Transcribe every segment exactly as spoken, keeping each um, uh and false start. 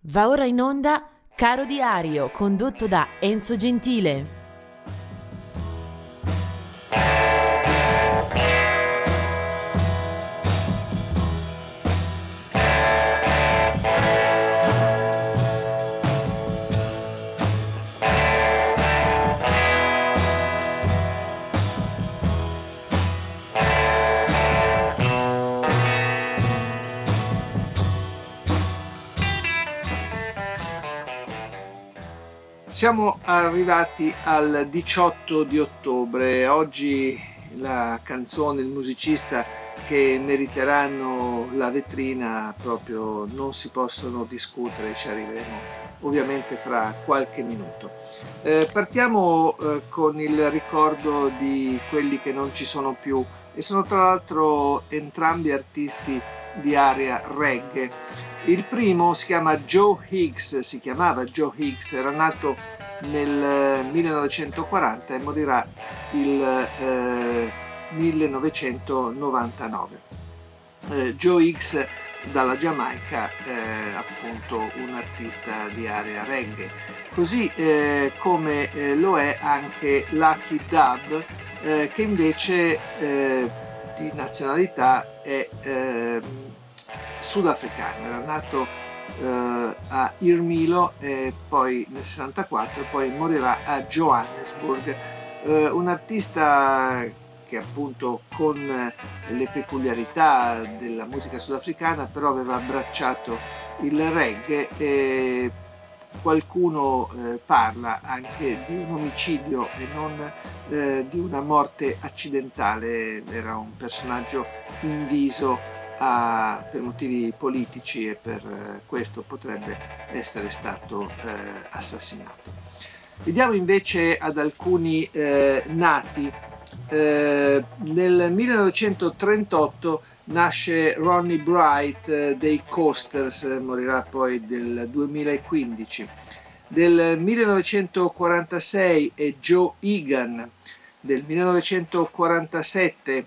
Va ora in onda Caro Diario, condotto da Enzo Gentile. Siamo arrivati al diciotto di ottobre. Oggi la canzone, il musicista che meriteranno la vetrina proprio non si possono discutere, ci arriveremo ovviamente fra qualche minuto. Eh, partiamo eh, con il ricordo di quelli che non ci sono più e sono tra l'altro entrambi artisti di area reggae. Il primo si chiama Joe Higgs, si chiamava Joe Higgs, era nato nel millenovecentoquaranta e morirà il eh, millenovecentonovantanove. Eh, Joe Higgs dalla Giamaica, eh, appunto un artista di area reggae, così eh, come eh, lo è anche Lucky Dube, eh, che invece eh, di nazionalità è eh, sudafricano, era nato eh, a Irmilo e poi nel sessantaquattro, poi morirà a Johannesburg, eh, un artista che appunto con le peculiarità della musica sudafricana però aveva abbracciato il reggae e qualcuno eh, parla anche di un omicidio e non eh, di una morte accidentale, era un personaggio inviso a, per motivi politici e per eh, questo potrebbe essere stato eh, assassinato. Vediamo invece ad alcuni eh, nati. Eh, nel millenovecentotrentotto nasce Ronnie Bright eh, dei Coasters, eh, morirà poi nel duemilaquindici. Del millenovecentoquarantasei è Joe Egan, del millenovecentoquarantasette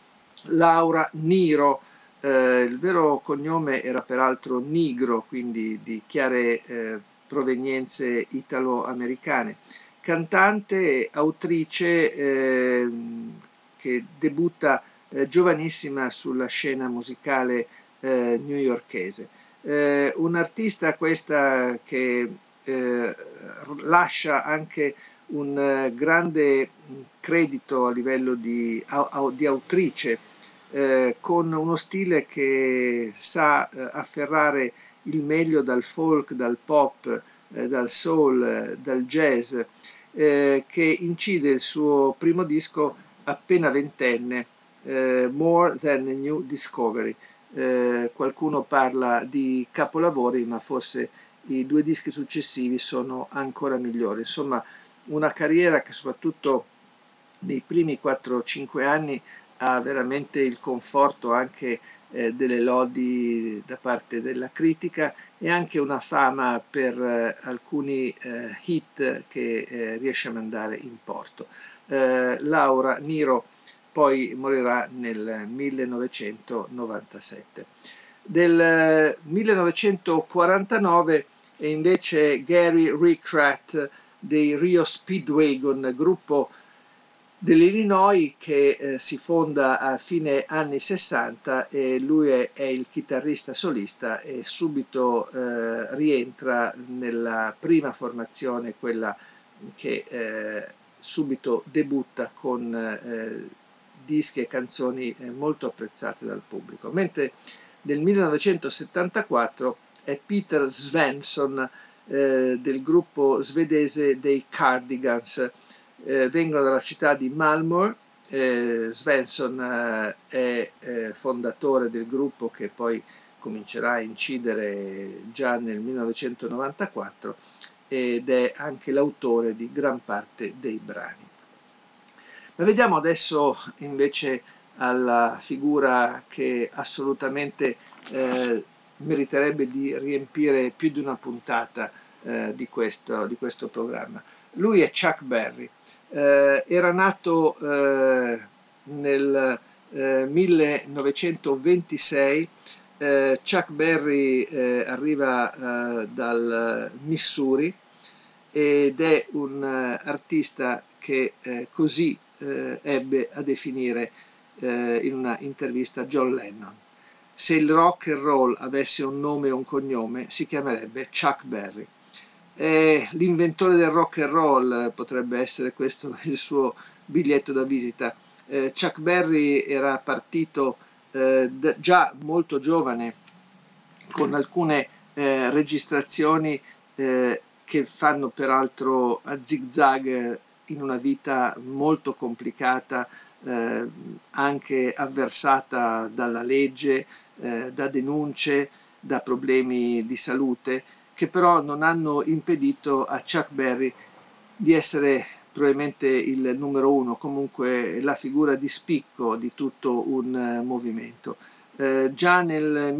Laura Niro, eh, il vero cognome era peraltro Nigro, quindi di chiare eh, provenienze italo-americane, cantante e autrice eh, che debutta eh, giovanissima sulla scena musicale eh, newyorkese. Eh, un'artista questa che eh, lascia anche un eh, grande credito a livello di, a, a, di autrice, eh, con uno stile che sa eh, afferrare il meglio dal folk, dal pop, eh, dal soul, eh, dal jazz, eh, che incide il suo primo disco appena ventenne, eh, More Than a New Discovery. Eh, qualcuno parla di capolavori, ma forse i due dischi successivi sono ancora migliori. Insomma, una carriera che soprattutto nei primi quattro cinque anni ha veramente il conforto anche eh, delle lodi da parte della critica e anche una fama per eh, alcuni eh, hit che eh, riesce a mandare in porto. Eh, Laura Niro poi morirà nel millenovecentonovantasette. Del millenovecentoquarantanove è invece Gary Rickrat dei Rio Speedwagon, gruppo dell'Illinois che eh, si fonda a fine anni sessanta e lui è, è il chitarrista solista e subito eh, rientra nella prima formazione, quella che eh, subito debutta con eh, dischi e canzoni eh, molto apprezzate dal pubblico. Mentre nel millenovecentosettantaquattro è Peter Svensson eh, del gruppo svedese dei Cardigans. Eh, vengono dalla città di Malmö. eh, Svensson eh, è eh, fondatore del gruppo che poi comincerà a incidere già nel millenovecentonovantaquattro ed è anche l'autore di gran parte dei brani. Ma vediamo adesso invece alla figura che assolutamente eh, meriterebbe di riempire più di una puntata eh, di, questo, di questo programma. Lui è Chuck Berry. Eh, era nato eh, nel eh, millenovecentoventisei Eh, Chuck Berry eh, arriva eh, dal Missouri ed è un uh, artista che eh, così eh, ebbe a definire eh, in una intervista John Lennon: se il rock and roll avesse un nome e un cognome si chiamerebbe Chuck Berry. Eh, l'inventore del rock and roll, potrebbe essere questo il suo biglietto da visita. eh, Chuck Berry era partito eh, d- già molto giovane con alcune eh, registrazioni eh, che fanno peraltro a zigzag in una vita molto complicata, eh, anche avversata dalla legge, eh, da denunce, da problemi di salute, che però non hanno impedito a Chuck Berry di essere probabilmente il numero uno, comunque la figura di spicco di tutto un uh, movimento. Eh, già nel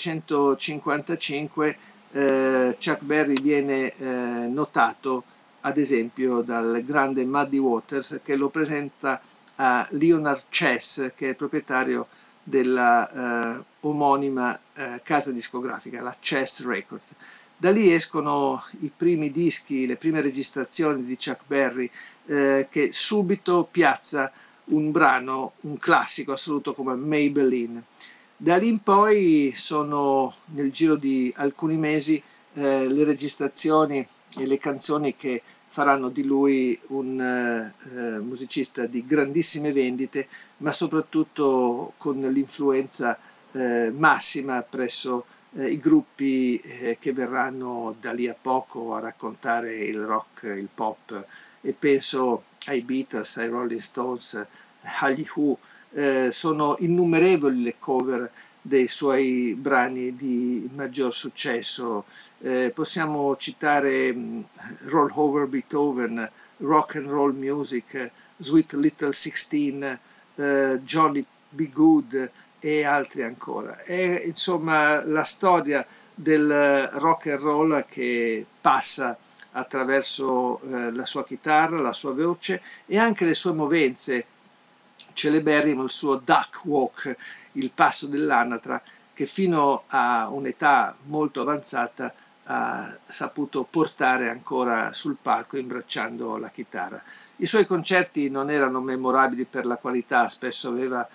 millenovecentocinquantacinque eh, Chuck Berry viene eh, notato ad esempio dal grande Muddy Waters, che lo presenta a Leonard Chess, che è il proprietario della eh, omonima eh, casa discografica, la Chess Records. Da lì escono i primi dischi, le prime registrazioni di Chuck Berry, eh, che subito piazza un brano, un classico assoluto come Maybelline. Da lì in poi sono, nel giro di alcuni mesi, eh, le registrazioni e le canzoni che faranno di lui un eh, musicista di grandissime vendite, ma soprattutto con l'influenza eh, massima presso eh, i gruppi eh, che verranno da lì a poco a raccontare il rock, il pop, e penso ai Beatles, ai Rolling Stones, agli Who. Eh, sono innumerevoli le cover dei suoi brani di maggior successo. Eh, possiamo citare um, Roll Over Beethoven, Rock and Roll Music, Sweet Little Sixteen, uh, Jolly Be Good e altri ancora. È insomma la storia del rock and roll che passa attraverso eh, la sua chitarra, la sua voce e anche le sue movenze. Celeberrimo il suo duck walk, il passo dell'anatra, che fino a un'età molto avanzata ha saputo portare ancora sul palco imbracciando la chitarra. I suoi concerti non erano memorabili per la qualità, spesso aveva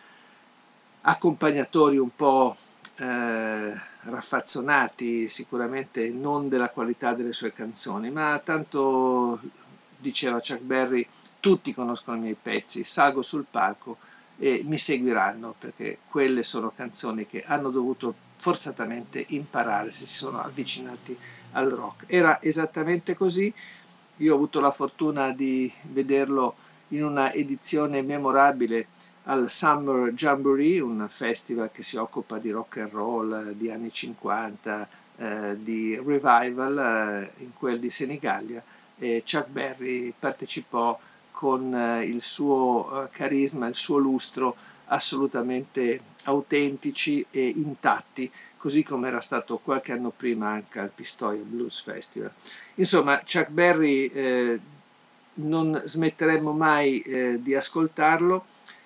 accompagnatori un po' eh, raffazzonati, sicuramente non della qualità delle sue canzoni, ma tanto, diceva Chuck Berry, tutti conoscono i miei pezzi, salgo sul palco e mi seguiranno, perché quelle sono canzoni che hanno dovuto forzatamente imparare se si sono avvicinati al rock. Era esattamente così. Io ho avuto la fortuna di vederlo in una edizione memorabile al Summer Jamboree, un festival che si occupa di rock and roll di anni cinquanta, eh, di revival, eh, in quel di Senigallia, e Chuck Berry partecipò con eh, il suo eh, carisma, il suo lustro assolutamente autentici e intatti, così come era stato qualche anno prima anche al Pistoia Blues Festival. Insomma, Chuck Berry eh, non smetteremmo mai eh, di ascoltarlo,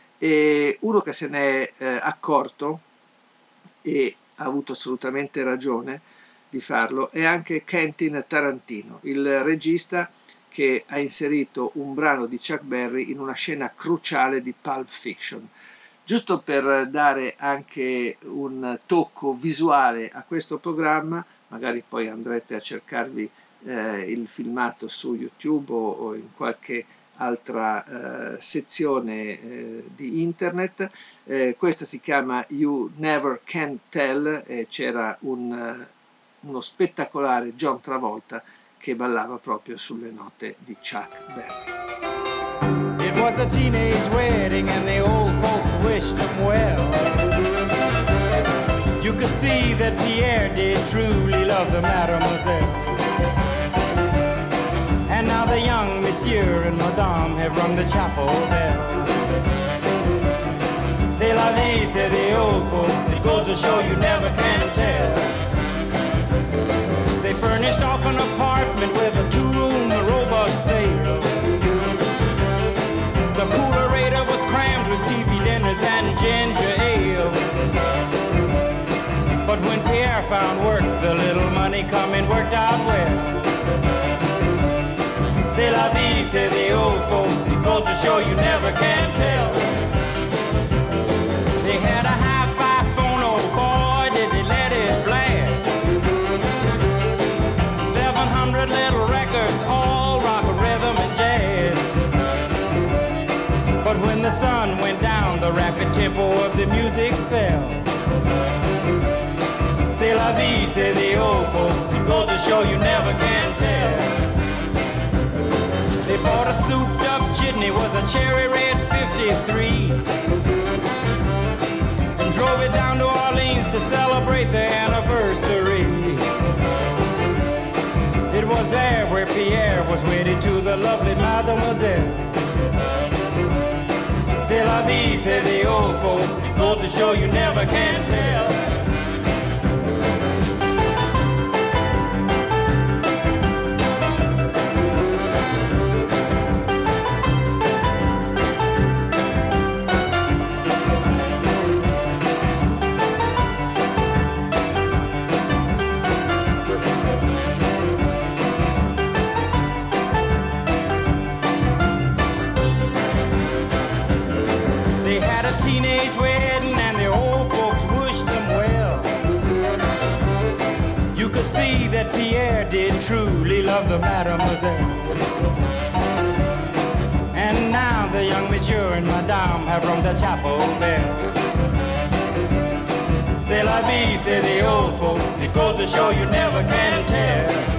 e uno che se n'è eh, accorto e ha avuto assolutamente ragione di farlo è anche Quentin Tarantino, il regista che ha inserito un brano di Chuck Berry in una scena cruciale di Pulp Fiction. Giusto per dare anche un tocco visuale a questo programma, magari poi andrete a cercarvi eh, il filmato su YouTube o, o in qualche altra eh, sezione eh, di internet. Eh, questa si chiama You Never Can Tell e c'era un, uno spettacolare John Travolta che ballava proprio sulle note di Chuck Berry. It was a teenage wedding and the old folks wished him well. You could see that Pierre did truly love the mademoiselle. And now the young monsieur and madame have rung the chapel bell. C'est la vie, say the old folks, it goes to show you never can tell. They furnished off an apartment with a two-room robot sale. The coolerator was crammed with T V dinners and ginger ale. But goes to show you never can tell. They had a hi-fi phone, oh boy, did they let it blast. seven hundred little records, all rock, rhythm, and jazz. But when the sun went down, the rapid tempo of the music fell. C'est la vie, say the old folks, it goes to show you never can tell. They bought a souped up jitney, was a cherry red fifty-three, and drove it down to Orleans to celebrate their anniversary. It was there where Pierre was wedded to the lovely mademoiselle. C'est la vie, say the old folks, it goes to show you never can tell. Teenage wedding and the old folks wished them well. You could see that Pierre did truly love the mademoiselle. And now the young monsieur and madame have rung the chapel bell. C'est la vie, say the old folks, it goes to show you never can tell.